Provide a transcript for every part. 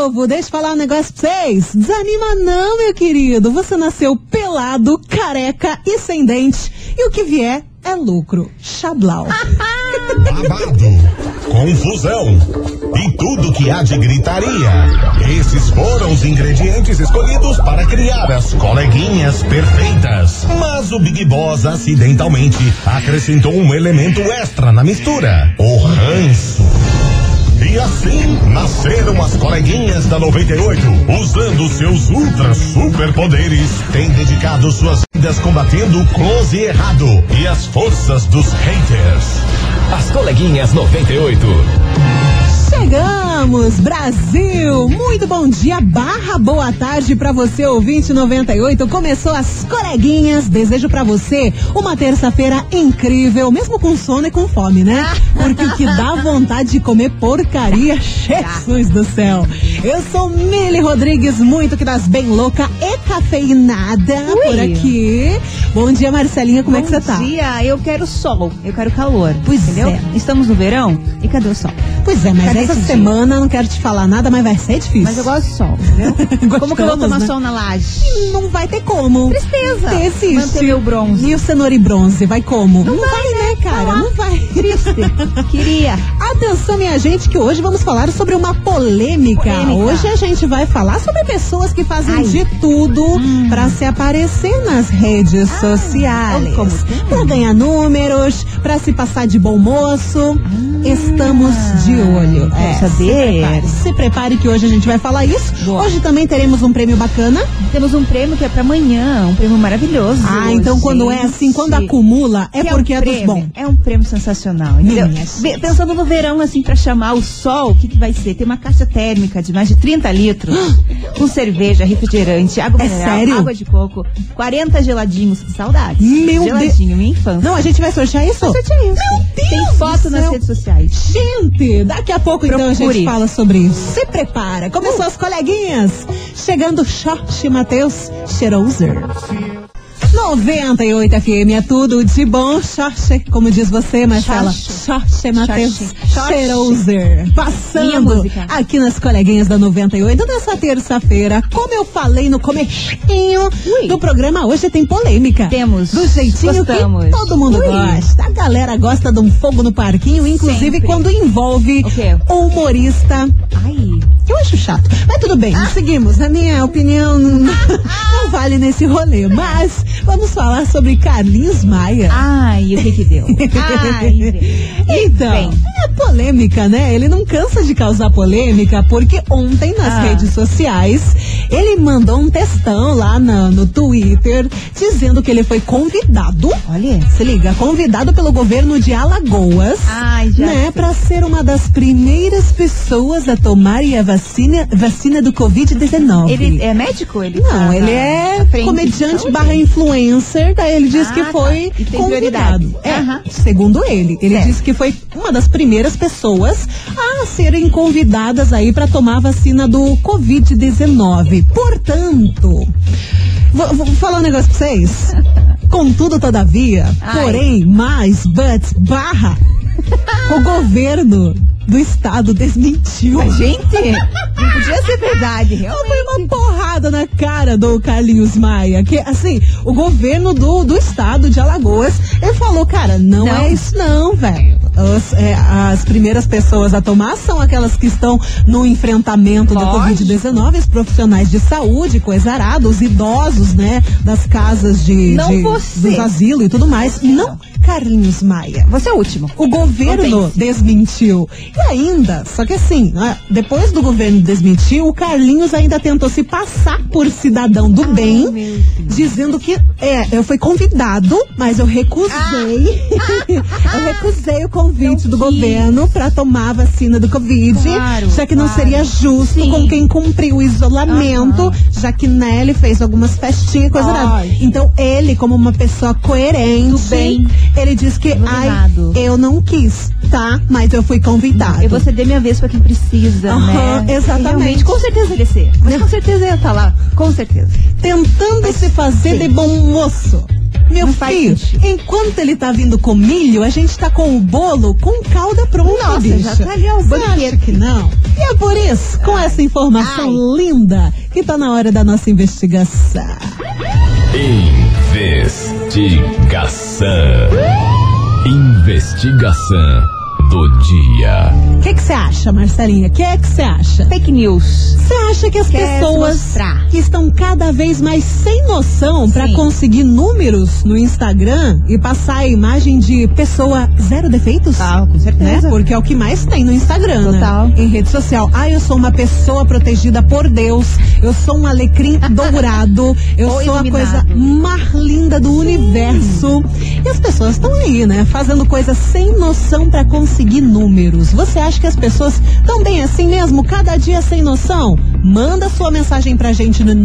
povo, deixa eu falar um negócio pra vocês. Desanima não, meu querido. Você nasceu pelado, careca e sem dente. E o que vier é lucro. Chablau. Babado, confusão e tudo que há de gritaria. Esses foram os ingredientes escolhidos para criar as coleguinhas perfeitas. Mas o Big Boss acidentalmente acrescentou um elemento extra na mistura: o ranço. E assim nasceram as coleguinhas da 98, usando seus ultra superpoderes, têm dedicado suas vidas combatendo o close e errado e as forças dos haters. As coleguinhas 98. Chegamos, Brasil! Muito bom dia, boa tarde pra você, ouvinte 98. Começou as coleguinhas. Desejo pra você uma terça-feira incrível, mesmo com sono e com fome, né? Porque o que dá vontade de comer porcaria, Jesus do céu. Eu sou Mili Rodrigues, muito que das bem louca e cafeinada por aqui. Bom dia, Marcelinha, como é que você tá? Bom dia, eu quero sol, eu quero calor. Pois entendeu? é. Estamos no verão e cadê o sol? Pois é, mas Cadê essa esse semana eu não quero te falar nada, mas vai ser difícil. Mas eu gosto de sol, entendeu? Como que eu vou tomar sol na laje? Não vai ter como. Tristeza. Existe. Manter meu bronze. E o cenoura e bronze, vai como? Não vai, né, cara? Não vai. Triste. Queria. Atenção, minha gente, que hoje vamos falar sobre uma polêmica. Hoje a gente vai falar sobre pessoas que fazem de tudo pra se aparecer nas redes sociais. como assim? Pra ganhar números, pra se passar de bom moço. Estamos de olho. Saber. Se prepare que hoje a gente vai falar isso. Boa. Hoje também teremos um prêmio bacana. Temos um prêmio que é pra amanhã, um prêmio maravilhoso. Então quando é assim, quando acumula, é porque é dos bons. É um prêmio sensacional, entendeu? Pensando no verão, assim, pra chamar o sol, o que vai ser? Tem uma caixa térmica de mais de 30 litros, com cerveja, refrigerante, água mineral, sério? água de coco, 40 geladinhos, que saudades. Meu Geladinho, minha infância. Não, a gente vai sortear isso? Vai sortear isso. Meu Deus Tem do foto nas céu. redes sociais. Gente, daqui a pouco então a gente Procure. fala sobre isso. Se prepara. Começou as coleguinhas. Chegando Jorge Matheus Cheiroser. 98 FM é tudo de bom. Jorge, como diz você, Marcela. Jorge Matheus Cheiroser. Minha Passando música. aqui nas coleguinhas da 98 nessa terça-feira. Como eu falei no comecinho do programa, hoje tem polêmica. Temos. Do jeitinho Gostamos. que todo mundo gosta. A galera gosta de um fogo no parquinho, inclusive Sempre. quando envolve O quê? o humorista. Ai. Eu acho chato. Mas tudo bem, seguimos. Na minha opinião, não vale nesse rolê. Mas vamos falar sobre Carlinhos Maia. Ai, o que deu? Ai, Então, Bem. é polêmica, né? Ele não cansa de causar polêmica, porque ontem nas redes sociais ele mandou um textão lá no Twitter dizendo que ele foi convidado. Olha. Se liga, convidado pelo governo de Alagoas. Ai, já sei. Para ser uma das primeiras pessoas a tomarem a vacina do Covid-19. Ele é médico? Ele Não, tá ele na é frente comediante de / influencer, daí ele disse que tá. foi E tem convidado. prioridade. Segundo ele. Ele Certo. disse que foi uma das primeiras pessoas a serem convidadas aí para tomar a vacina do Covid-19. Portanto, vou falar um negócio pra vocês. Contudo, todavia, porém, mais, barra, o governo do estado desmentiu. Mas, gente, não podia ser verdade, realmente. Foi uma porrada na cara do Carlinhos Maia. Que, assim, o governo do estado de Alagoas, ele falou, cara, não é isso não, velho. As primeiras pessoas a tomar são aquelas que estão no enfrentamento do Covid-19, os profissionais de saúde, coisa arada, os idosos, né, das casas dos asilos e tudo mais. Não, Carlinhos Maia. Você é o último. O governo desmentiu. E ainda, só que assim, depois do governo desmentir, o Carlinhos ainda tentou se passar por cidadão do bem, dizendo que eu fui convidado, mas eu recusei. Eu recusei o convite do governo para tomar a vacina do Covid, já que não seria justo com quem cumpriu o isolamento, já que ele fez algumas festinhas e coisa nada. Então ele, como uma pessoa coerente, ele disse que eu não quis, tá? Mas eu fui convidado. Eu vou ceder minha vez pra quem precisa, né? Exatamente. Realmente, com certeza ele ia ser. Mas com certeza ia estar lá. Com certeza. Tentando se fazer de bom moço. Meu filho, enquanto ele tá vindo com milho, a gente tá com o bolo com calda pronta, Nossa, bicho. já tá ali, ó, o Você banquete. acha que não? E É por isso, com essa informação linda, que tá na hora da nossa investigação. Investigação do dia. O que você acha, Marcelinha? O que você acha? Fake news. Você acha que as pessoas que estão cada vez mais sem noção pra conseguir números no Instagram e passar a imagem de pessoa zero defeitos? Com certeza. Né? Porque é o que mais tem no Instagram, Total. né? Em rede social. Eu sou uma pessoa protegida por Deus. Eu sou um alecrim dourado. Eu sou a coisa mais linda do universo. E as pessoas estão aí, né? Fazendo coisas sem noção pra conseguir números. Você acha que as pessoas estão bem assim mesmo? Cada dia sem noção? Manda sua mensagem pra gente no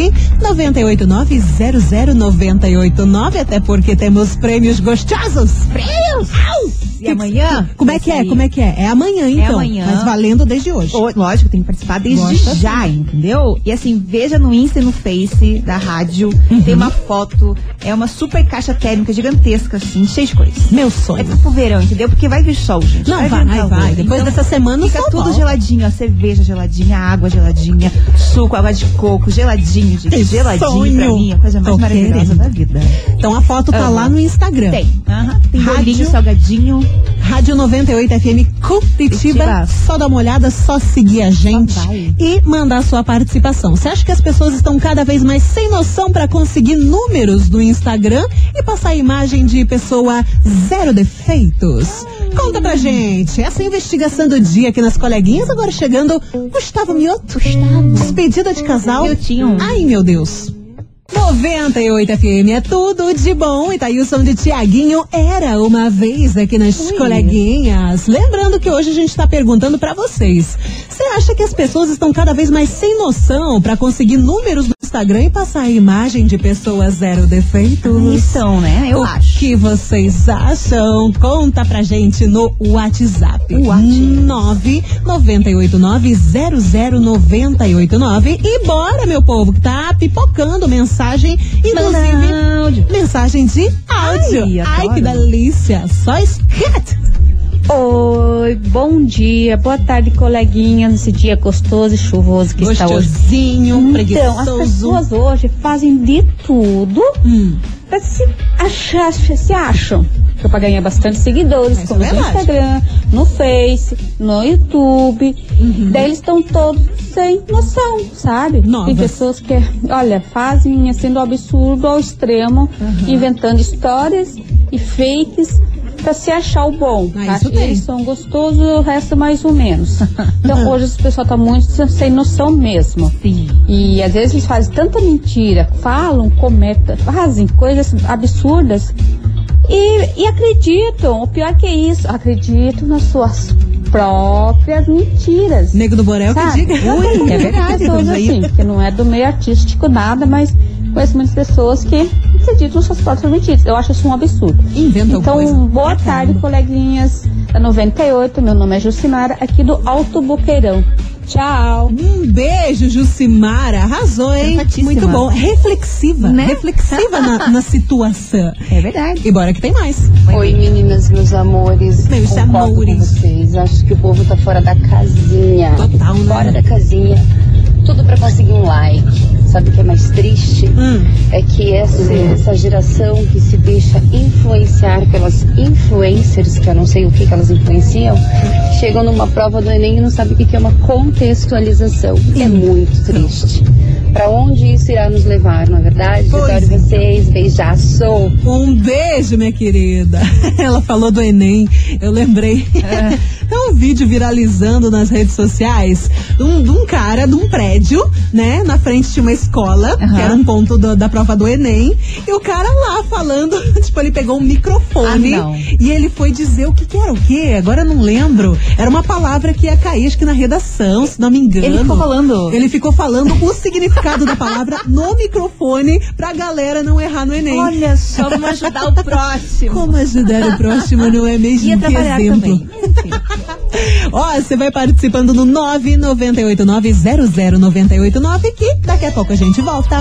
998900989, até porque temos prêmios gostosos. Prêmios! E amanhã? Como é que é? Como é que é? É amanhã, então. É amanhã. Mas valendo desde hoje. Lógico, tem que participar desde já, entendeu? E assim, veja no Insta e no Face da rádio, tem uma foto, é uma super caixa térmica gigantesca, assim, cheia de coisas. Meu sonho. É pro verão, entendeu? Porque vai vir sol, gente. Não, vai. Depois dessa semana fica tudo geladinho, ó, cerveja geladinha, água geladinha, suco, água de coco, geladinho, gente. Que geladinho sonho. Pra mim, a coisa mais maravilhosa da vida. Então a foto tá lá no Instagram. Tem. Tem bolinho, salgadinho. Rádio 98 FM Curitiba. Só dá uma olhada, só seguir a gente e mandar a sua participação. Você acha que as pessoas estão cada vez mais sem noção para conseguir números do Instagram e passar a imagem de pessoa zero defeitos? Conta pra gente. Essa investigação do dia aqui nas coleguinhas. Agora chegando Gustavo Mioto. Despedida de casal. Ai, meu Deus. 98 FM é tudo de bom. E tá aí o som de Tiaguinho, Era Uma Vez, aqui nas coleguinhas. Lembrando que hoje a gente tá perguntando pra vocês. Você acha que as pessoas estão cada vez mais sem noção pra conseguir números no Instagram e passar a imagem de pessoas zero defeitos? Estão, né? Eu acho. O que vocês acham? Conta pra gente no WhatsApp. 998900989. E bora, meu povo, que tá pipocando mensagem, inclusive mensagem de áudio. Ai, que delícia. Só esquete. Oi, bom dia, boa tarde, coleguinhas, esse dia gostoso e chuvoso que está hoje. Gostosinho, preguiçoso. Então, as pessoas hoje fazem de tudo pra se acham. Pra ganhar bastante seguidores, como no Instagram, no Face, no YouTube. Daí eles estão todos sem noção, sabe? Tem pessoas que, olha, fazem assim do absurdo ao extremo, inventando histórias e fakes pra se achar o bom. Eles são gostosos, o resto mais ou menos. Então hoje esse pessoal tá muito sem noção mesmo. E às vezes eles fazem tanta mentira, falam, comentam, fazem coisas absurdas e acreditam. O pior que é isso, acreditam nas suas próprias mentiras. Nego do Borel, sabe? Que diga. É verdade, pessoas assim, que não é do meio artístico nada, mas conheço muitas pessoas que acreditam nas suas próprias mentiras. Eu acho isso um absurdo. Inventam então, coisa. Boa tarde, coleguinhas da 98. Meu nome é Jucimara, aqui do Alto Boqueirão. Tchau. Um beijo, Jucimara. Arrasou, hein? Muito bom. Reflexiva, né? Reflexiva na situação. É verdade. E bora que tem mais. Oi, meninas, meus amores. Meus amores. Com vocês. Acho que o povo tá fora da casinha. Total, né? Fora da casinha. Tudo pra conseguir um like. Sabe o que é mais triste? É que essa geração que se deixa influenciar pelas influencers, que eu não sei o que elas influenciam, chegam numa prova do Enem e não sabem o que é uma contextualização. É muito triste. Pra onde isso irá nos levar, não é verdade? Adoro vocês, beijaço. Um beijo, minha querida. Ela falou do Enem, eu lembrei. É um vídeo viralizando nas redes sociais de um cara de um prédio, né? Na frente tinha uma escola, que era um ponto da prova do Enem, e o cara lá falando, tipo, ele pegou um microfone e ele foi dizer o que era o quê? Agora eu não lembro. Era uma palavra que ia cair, acho que na redação, se não me engano. Ele ficou falando o significado da palavra no microfone pra galera não errar no Enem. Olha só, como ajudar o próximo. Como ajudar o próximo não é mesmo? Ia trabalhar que exemplo. Também. Ó, você vai participando no 998900989, que daqui a pouco a gente volta.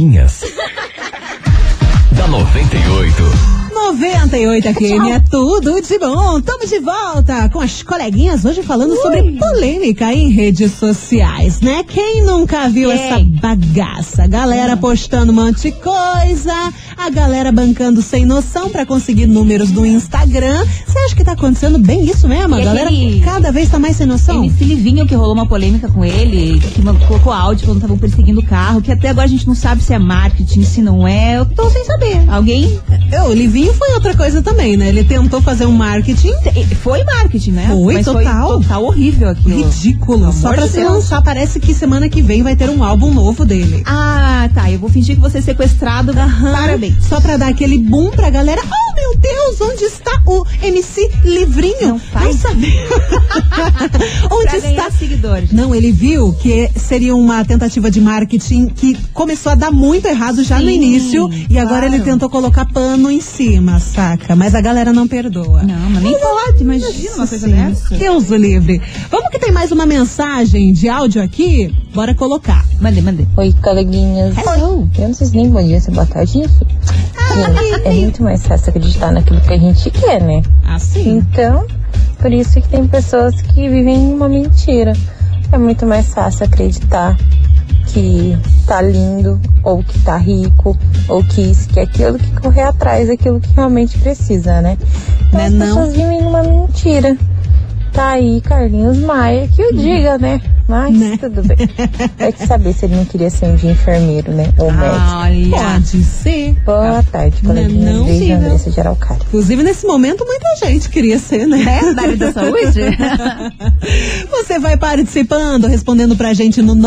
coleguinhas. Da 98. 98 FM é tudo de bom. Estamos de volta com as coleguinhas hoje falando sobre polêmica em redes sociais, né? Quem nunca viu essa bagaça? Galera postando um monte de coisa, a galera bancando sem noção pra conseguir números no Instagram. Você acha que tá acontecendo bem isso mesmo? A galera cada vez tá mais sem noção? Esse Livinho que rolou uma polêmica com ele, que colocou áudio quando estavam perseguindo o carro, que até agora a gente não sabe se é marketing, se não é. Eu tô sem saber. Alguém? O Livinho foi outra coisa também, né? Ele tentou fazer um marketing. Foi marketing, né? Foi, mas total. Foi total horrível aquilo. Ridículo. Só pra se lançar, parece que semana que vem vai ter um álbum novo dele. Ah, tá. Eu vou fingir que você é sequestrado. Parabéns. Só pra dar aquele boom pra galera. Oh, meu Deus, onde está o MC Livrinho? Não faz. Não sabia. Onde pra está? Seguidores. Não, ele viu que seria uma tentativa de marketing que começou a dar muito errado já no início. E agora ele tentou colocar pano em cima, saca? Mas a galera não perdoa. Não, mas nem pode, imagina uma coisa dessa. Deus o livre. Vamos que tem mais uma mensagem de áudio aqui? Bora colocar. Mandei. Oi, coleguinhas. Hello. Eu não sei se nem bom dia, se é boa tarde, isso. É muito mais fácil acreditar naquilo que a gente quer, né? Assim. Então, por isso que tem pessoas que vivem uma mentira. É muito mais fácil acreditar que tá lindo, ou que tá rico, ou que isso, que aquilo, que correr atrás daquilo que realmente precisa, né? Então as pessoas vivem numa mentira. Tá aí Carlinhos Maia, que o diga, né? Mas tudo bem. Vai te saber se ele não queria ser um dia enfermeiro, né? Ou médico. Pode ser. Boa tarde, coleguinha. Beijo, Andressa de Araucária. Inclusive, nesse momento, muita gente queria ser, né? Da área da saúde? Você vai participando, respondendo pra gente no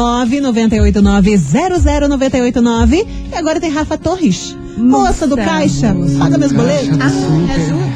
998900989. E agora tem Rafa Torres. Moça do Caixa, paga meus boletos. Me ajuda.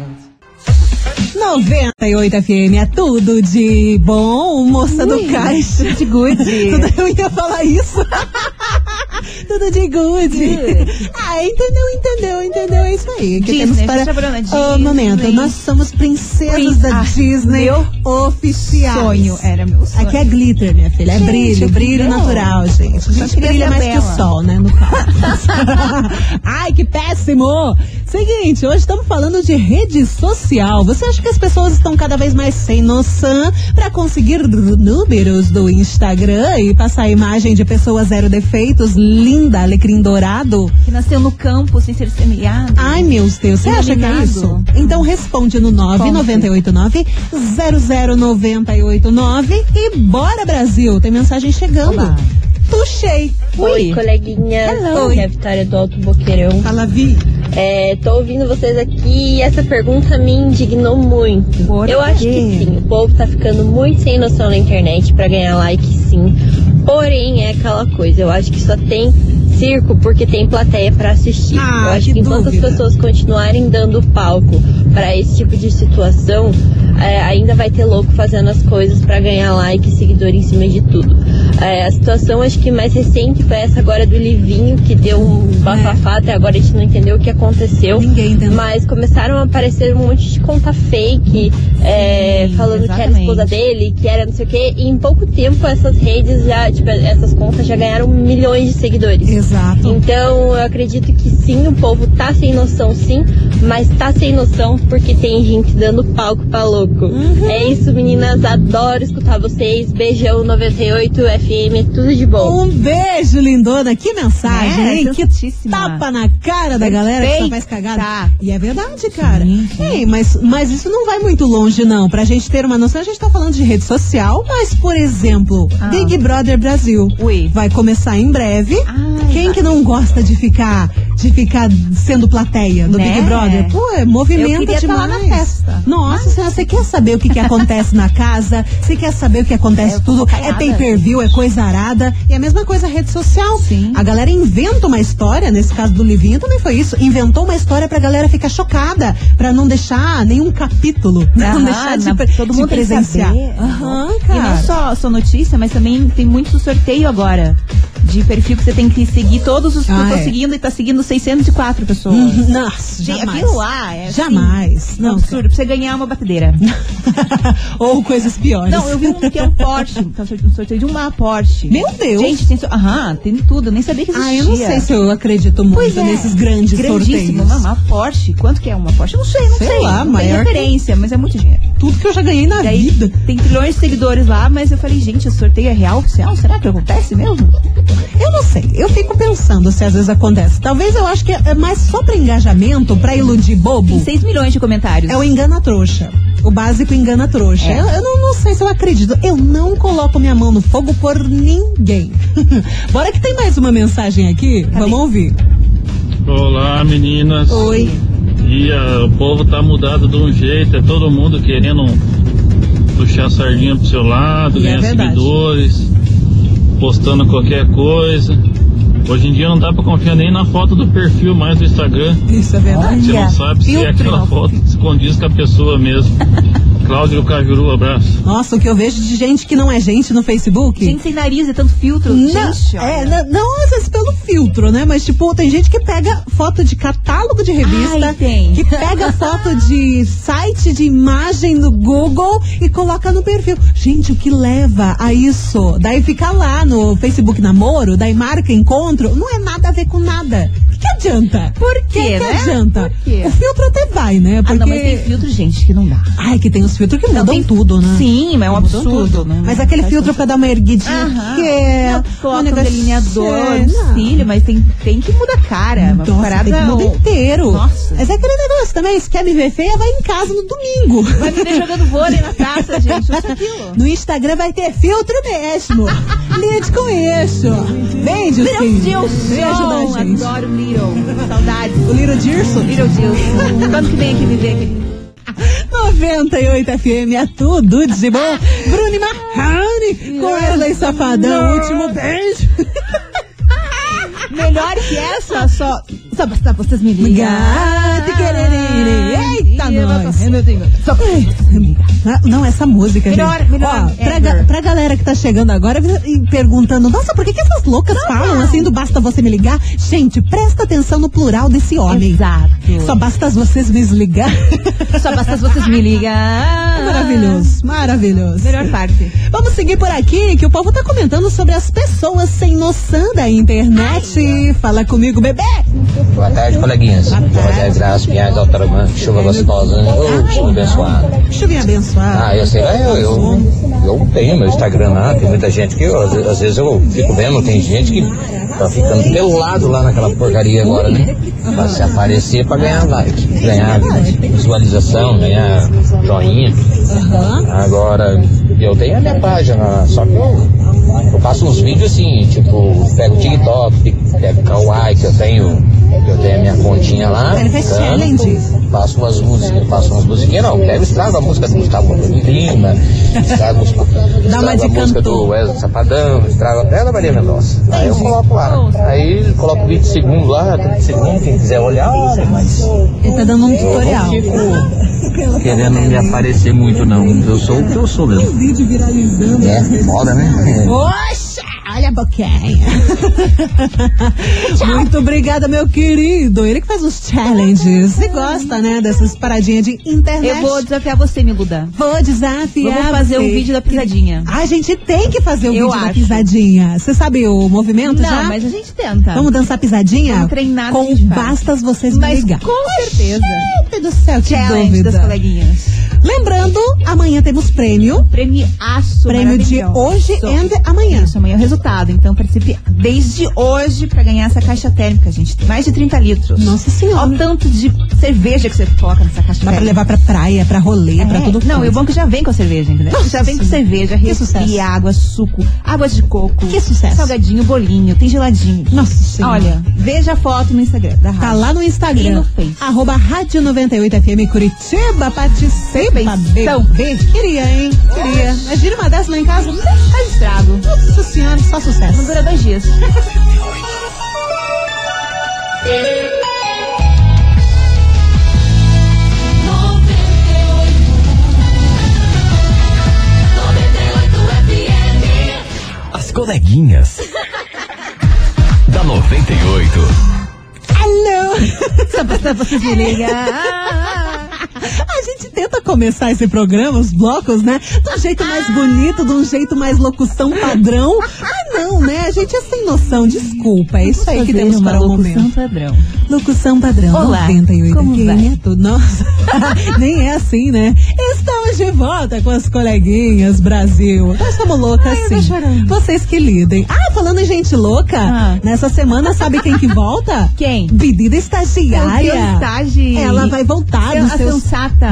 98 FM é tudo de bom, moça do Caixa. De good. Eu ia falar isso. Tudo de good. Ah, entendeu? É isso aí. Que Disney, temos para o momento. Nós somos princesas da Disney oficiais. Sonho, era meu sonho. Aqui é glitter, minha filha. Gente, É brilho natural, gente. A gente brilha mais que o sol, né? No carro. Ai, que péssimo! Seguinte, hoje estamos falando de rede social. Você acha que as pessoas estão cada vez mais sem noção para conseguir números do Instagram e passar a imagem de pessoas zero defeitos, linda, alecrim dourado? Que nasceu no campo sem ser semeado. Ai, meu Deus, você acha que é isso? Então responde no 998900989 e bora, Brasil! Tem mensagem chegando. Olá. Tuxei. Oi, coleguinha. Oi, é a Vitória do Alto Boqueirão. Fala, Vi. Tô ouvindo vocês aqui e essa pergunta me indignou muito. Eu acho que sim, o povo tá ficando muito sem noção na internet pra ganhar like, sim. Porém, é aquela coisa, eu acho que só tem circo porque tem plateia pra assistir. Eu acho que enquanto as pessoas continuarem dando palco pra esse tipo de situação, ainda vai ter louco fazendo as coisas pra ganhar like e seguidor em cima de tudo. A situação acho que mais recente foi essa agora do Livinho, que deu um bafafá, até agora a gente não entendeu o que aconteceu. Ninguém entendeu. Mas começaram a aparecer um monte de conta fake, falando que era a esposa dele, que era não sei o quê, e em pouco tempo essas redes já, essas contas já ganharam milhões de seguidores. Exato. Então eu acredito que sim, o povo tá sem noção sim, mas tá sem noção porque tem gente dando palco pra louco. É isso, meninas, adoro escutar vocês. Beijão 98 FM, é tudo de bom. Um beijo, lindona. Que mensagem, hein? Que tapa na cara da galera que só faz cagada. E é verdade, cara. Ei, mas isso não vai muito longe, não. Pra gente ter uma noção, a gente tá falando de rede social, mas, por exemplo, Big Brother Brasil vai começar em breve. Quem que não gosta de ficar sendo plateia do Big Brother? Pô, movimenta demais. Lá na festa. Nossa, você quer saber o que acontece na casa? Você quer saber o que acontece tudo? É pay-per-view, é coisa arada. E a mesma coisa a rede social. Sim. A galera inventa uma história, nesse caso do Livinho também foi isso. Inventou uma história pra galera ficar chocada, pra não deixar nenhum capítulo, não deixar todo mundo presenciar. Cara. E não só notícia, mas também tem muito sorteio agora de perfil que você tem que seguir todos os que eu tô seguindo e tá seguindo 604 pessoas. Nossa, gente, jamais. aquilo lá é jamais. Assim, não, absurdo, pra você ganhar uma batedeira. Ou coisas piores. Não, eu vi um que é um Porsche, um sorteio de uma Porsche. Meu Deus. Gente, tem tudo, eu nem sabia que existia. Eu não sei se eu acredito muito nesses grandes sorteios. Uma Porsche, quanto que é uma Porsche? Eu não sei. Sei lá, não maior tem referência, mas é muito dinheiro. Tudo que eu já ganhei na vida. Tem trilhões de seguidores lá, mas eu falei, gente, o sorteio é real, oficial? Será que acontece mesmo? Eu não sei, eu fico pensando se às vezes acontece. Talvez eu acho que é mais só pra engajamento, pra iludir bobo. Tem 6 milhões de comentários. É o engana-trouxa. O básico engana-trouxa. Eu não sei se eu acredito. Eu não coloco minha mão no fogo por ninguém. Bora que tem mais uma mensagem aqui. Cadê? Vamos ouvir. Olá, meninas. Oi. E o povo tá mudado de um jeito, é todo mundo querendo puxar a sardinha pro seu lado, ganhar seguidores, postando qualquer coisa. Hoje em dia não dá pra confiar nem na foto do perfil mais do Instagram. Isso é verdade. Você não sabe se é aquela foto que se condiz com a pessoa mesmo. Cláudio Cajuru, abraço. Nossa, o que eu vejo de gente que não é gente no Facebook. Gente sem nariz e tanto filtro. Não às vezes pelo filtro, né? Mas tipo, tem gente que pega foto de catálogo de revista, que pega foto de site de imagem do Google e coloca no perfil. Gente, o que leva a isso? Daí fica lá no Facebook namoro, daí marca encontro, não é nada a ver com nada. O que adianta? Por quê, que né? adianta? Por quê? O filtro até vai, né? Porque... não, mas tem filtro, gente, que não dá. Ai, que tem os filtros que mudam tudo, né? Sim, mas é um absurdo. Mas aquele filtro pra dar uma erguidinha que é... Coloca um delineador, cílio, mas tem que mudar a cara. Uma parada... tem que mudar inteiro. Nossa. Mas é aquele negócio também, se quer me ver feia, vai em casa no domingo. Vai me ver jogando vôlei na praça, gente. No Instagram vai ter filtro mesmo. Lide com isso. Beijo, sim. Beijo da gente. Adoro o Little. Saudades. O Little Dirso? Little Dirso. Quando que vem aqui me ver, querido? 98 FM é tudo de bom. Bruni Marrone com Erlei Safadão. Último beijo. Melhor que essa, só basta vocês me ligarem. Eita, nós. Não, essa música, melhor, gente. Melhor. Ó, pra galera que tá chegando agora e perguntando, nossa, por que essas loucas falam assim do basta você me ligar? Gente, presta atenção no plural desse homem. Exato. Só basta vocês me ligar. Só basta vocês me ligar. Maravilhoso, maravilhoso. Melhor parte. Vamos seguir por aqui, que o povo tá comentando sobre as pessoas sem noção da internet. Fala comigo, bebê. Boa tarde, coleguinhas. Rogério Graça, minha doutora Manca, chuva gostosa, né? Chuva abençoada. Chuvinha abençoada. Eu sei, eu tenho meu Instagram lá, tem muita gente que às vezes eu fico vendo, tem gente que tá ficando pelado lá naquela porcaria agora, né? Pra se aparecer pra ganhar like, ganhar visualização, ganhar joinha. Agora, eu tenho a minha página lá, só que eu faço uns vídeos assim, tipo, pego o TikTok, pego o Kawaii, que eu tenho a minha continha lá. Ele faz challenge. Faço umas musiquinhas, não, pego e estrago a música do Gustavo Lima, estrago a música do Wesley Safadão, estrago até da Maria Mendonça. Aí eu coloco lá. Aí coloco 20 segundos lá, 30 segundos, quem quiser olhar, olha, mas. Ele tá dando um tutorial. Eu não fico querendo me aparecer muito, não. Eu sou o que eu sou mesmo. Um vídeo viralizando. Foda, né? Poxa, olha a boquinha. Muito obrigada, meu querido. Ele que faz os challenges. Você gosta, né, dessas paradinhas de internet? Eu vou desafiar você, Miluda. Vou desafiar. Vamos fazer o vídeo da pisadinha. A gente tem que fazer o vídeo da pisadinha. Você sabe o movimento já? Não, mas a gente tenta. Vamos dançar pisadinha? Vamos treinar. Com bastas vocês me ligar. Com certeza. Gente do céu, que challenge dúvida. das coleguinhas. Lembrando, amanhã temos prêmio. Prêmio-aço. Prêmio de hoje e amanhã. Isso, amanhã é o resultado. Então participe desde hoje pra ganhar essa caixa térmica, gente. Mais de 30 litros. Nossa Senhora. Olha o tanto de cerveja que você coloca nessa caixa térmica. Dá pra levar pra praia, pra rolê, pra tudo. Não, e o bom é que já vem com a cerveja, entendeu? Nossa, já vem com cerveja, refri, água, suco, água de coco. Que sucesso. Salgadinho, bolinho, tem geladinho. Nossa Senhora. Olha, veja a foto no Instagram da rádio. Tá lá no Instagram. E no Face. @Rádio 98 FM Curitiba. Participa, bebê. Queria, hein? Queria. Imagina uma dessas lá em casa. Tá estrago. Nossa Senhora, só sucesso. Não dura 2 dias. As coleguinhas 98. Alô! Só pra vocês me ligam. A gente tenta começar esse programa, os blocos, né? De um jeito mais bonito, de um jeito mais locução padrão. Mas não, né? A gente é sem noção, desculpa. É isso aí que temos para o momento. Locução padrão. Locução padrão. Olá, 98. como vai? Nossa, nem é assim, né? Estamos de volta com as coleguinhas, Brasil. Nós estamos loucas, sim. Vocês que lidem. Falando em gente louca, nessa semana, sabe quem que volta? Quem? Pedida estagiária. Ela vai voltar dos seus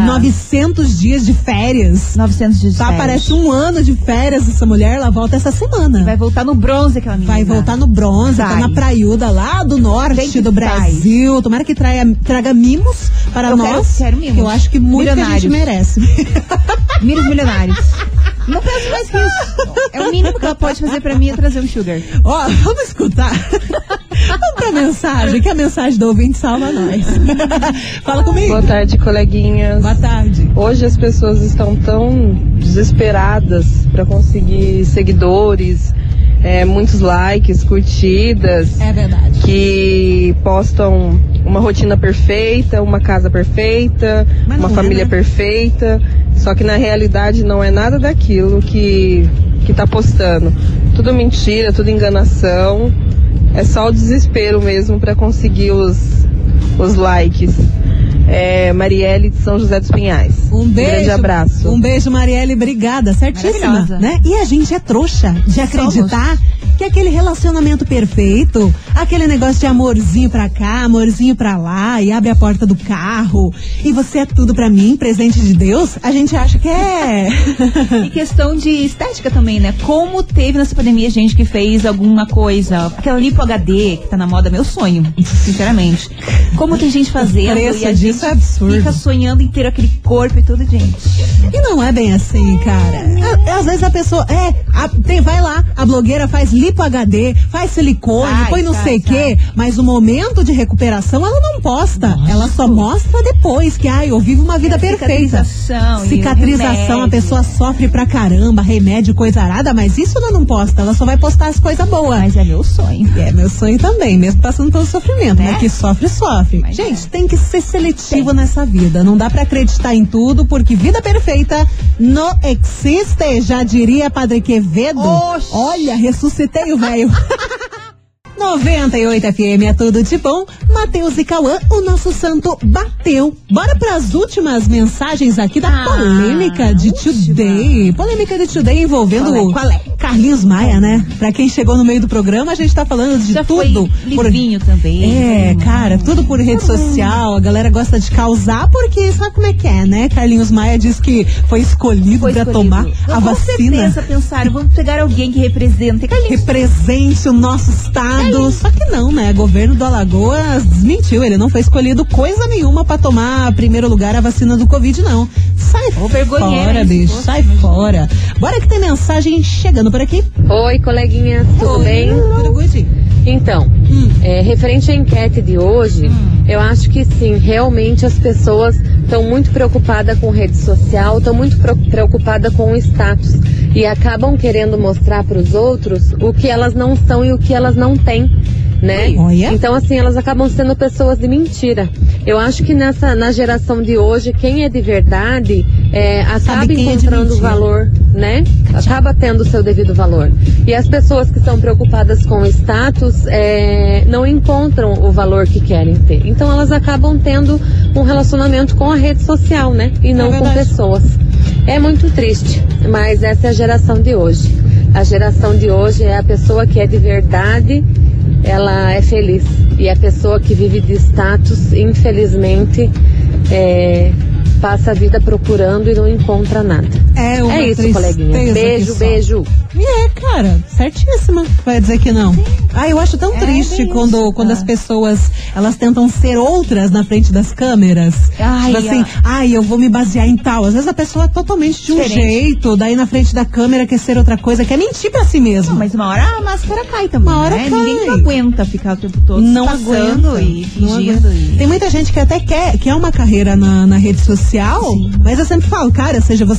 900 dias de férias. 900 dias de férias. Parece um ano de férias essa mulher, ela volta essa semana. Vai voltar no bronze aquela menina. Vai voltar no bronze, tá na praiuda lá do norte do Brasil. Tomara que traga mimos para nós. Quero mimos. Que eu acho que muito que a gente merece. Mimos milionários. Não penso mais que isso. É o mínimo que ela pode fazer pra mim é trazer um sugar. Vamos escutar. Vamos pra mensagem, que a mensagem do ouvinte salva nós. Fala comigo. Boa tarde, coleguinhas. Boa tarde. Hoje as pessoas estão tão desesperadas pra conseguir seguidores, muitos likes, curtidas. É verdade. Que postam uma rotina perfeita, uma casa perfeita, uma família perfeita. Só que na realidade não é nada daquilo que tá postando. Tudo mentira, tudo enganação. É só o desespero mesmo para conseguir os likes. Marielle de São José dos Pinhais. Um beijo. Um grande abraço. Um beijo, Marielle. Obrigada. Certíssima. Né? E a gente é trouxa de acreditar que aquele relacionamento perfeito, aquele negócio de amorzinho pra cá, amorzinho pra lá, e abre a porta do carro, e você é tudo pra mim, presente de Deus, a gente acha que é. E questão de estética também, né? Como teve nessa pandemia gente que fez alguma coisa, aquela lipo HD que tá na moda, meu sonho, sinceramente. Como tem gente fazendo e a gente é absurdo. Fica sonhando inteiro aquele corpo e tudo, gente. E não é bem assim, cara. Às vezes a pessoa vai lá, a blogueira faz lipo HD, faz silicone, põe não sei o quê, mas o momento de recuperação ela não posta. Nossa. Ela só mostra depois que eu vivo uma vida perfeita. Cicatrização, a pessoa sofre pra caramba, remédio, coisa arada, mas isso ela não posta, ela só vai postar as coisas boas. Mas é meu sonho. É meu sonho também, mesmo passando pelo sofrimento, né? Que sofre. Mas gente, tem que ser seletivo nessa vida. Não dá pra acreditar em tudo, porque vida perfeita não existe, já diria Padre Quevedo. Oxi. Olha, ressuscitei o velho. 98 FM é tudo de bom. Matheus e Cauã, o nosso santo bateu. Bora pras últimas mensagens aqui da polêmica de Today. Polêmica de Today envolvendo Carlinhos Maia, né? Pra quem chegou no meio do programa, a gente tá falando de tudo. Livinho também. Cara, tudo por rede social. A galera gosta de causar porque sabe como é que é, né? Carlinhos Maia diz que foi escolhido pra tomar a vacina. Com certeza pensaram, vamos pegar alguém que represente o nosso estado. Só que não, né? O governo do Alagoas desmentiu. Ele não foi escolhido coisa nenhuma pra tomar primeiro lugar a vacina do Covid, não. Sai fora, bicho. Sai fora. Bora que tem mensagem chegando por aqui. Oi, coleguinha. Tudo bem? Tudo good. Então, referente à enquete de hoje, eu acho que sim, realmente as pessoas estão muito preocupadas com rede social, estão muito preocupadas com o status e acabam querendo mostrar para os outros o que elas não são e o que elas não têm, né? Então, assim, elas acabam sendo pessoas de mentira. Eu acho que na geração de hoje, quem é de verdade acaba encontrando valor, né? Acaba tendo o seu devido valor. E as pessoas que estão preocupadas com o status não encontram o valor que querem ter. Então elas acabam tendo um relacionamento com a rede social, né? E não com pessoas. É muito triste, mas essa é a geração de hoje. A geração de hoje é a pessoa que é de verdade, ela é feliz. E a pessoa que vive de status, infelizmente, passa a vida procurando e não encontra nada. É isso, coleguinha. Beijo. Cara, certíssima. Vai dizer que não. Eu acho tão triste quando as pessoas, elas tentam ser outras na frente das câmeras. Tipo assim, eu vou me basear em tal. Às vezes a pessoa é totalmente de um jeito, daí na frente da câmera quer ser outra coisa, quer mentir pra si mesmo. Não, mas uma hora a máscara cai também, né? Ninguém que aguenta ficar o tempo todo passando e fingindo. Tem muita gente que até quer uma carreira na rede social, mas eu sempre falo, cara, seja você mesmo.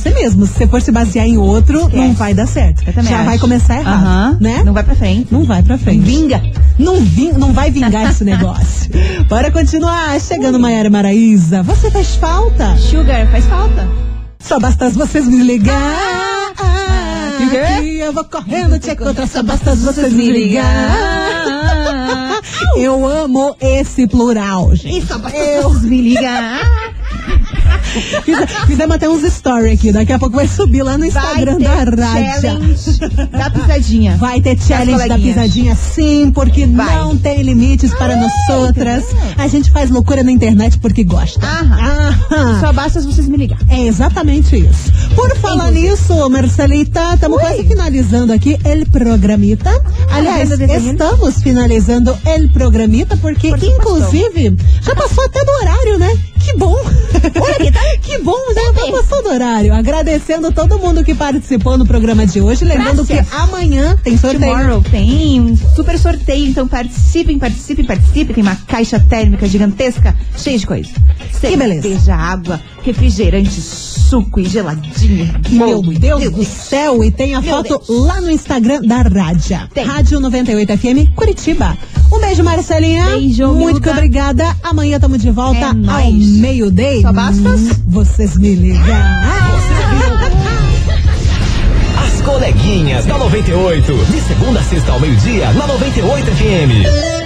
se você for se basear em outro, não vai dar certo. Já vai começar errado, né? Não vai pra frente. Não vai pra frente. Vinga. Não vai vingar esse negócio. Bora continuar. Chegando Maiara Maraíza. Você faz falta? Sugar, faz falta. Só basta vocês me ligar. Que eu vou correndo te encontrar. Só basta vocês me ligar. Eu amo esse plural, gente. Só basta vocês me ligar. Fizemos até uns stories aqui. Daqui a pouco vai subir lá no Instagram da rádio. Challenge da pisadinha. Vai ter challenge da pisadinha, sim, porque não tem limites para nós outras. A gente faz loucura na internet porque gosta. Só basta vocês me ligar. É exatamente isso. Por falar nisso, Marcelita, estamos quase finalizando aqui El Programita. Aliás, estamos finalizando El Programita porque inclusive, já passou até do horário, né? Que bom! Que bom, já passou do horário. Agradecendo todo mundo que participou no programa de hoje. Lembrando que amanhã tem sorteio. Tomorrow tem super sorteio, então participem. Tem uma caixa térmica gigantesca, cheia de coisa. Que beleza. Cerveja, água, refrigerante, suco e geladinho. Meu Deus do céu! E tem a foto lá no Instagram da Rádio. Rádio 98 FM Curitiba. Um beijo, Marcelinha. Beijo, muito obrigada. Amanhã estamos de volta ao meio-dia. Só basta vocês me ligar. As coleguinhas da 98. De segunda a sexta ao meio-dia, na 98 FM.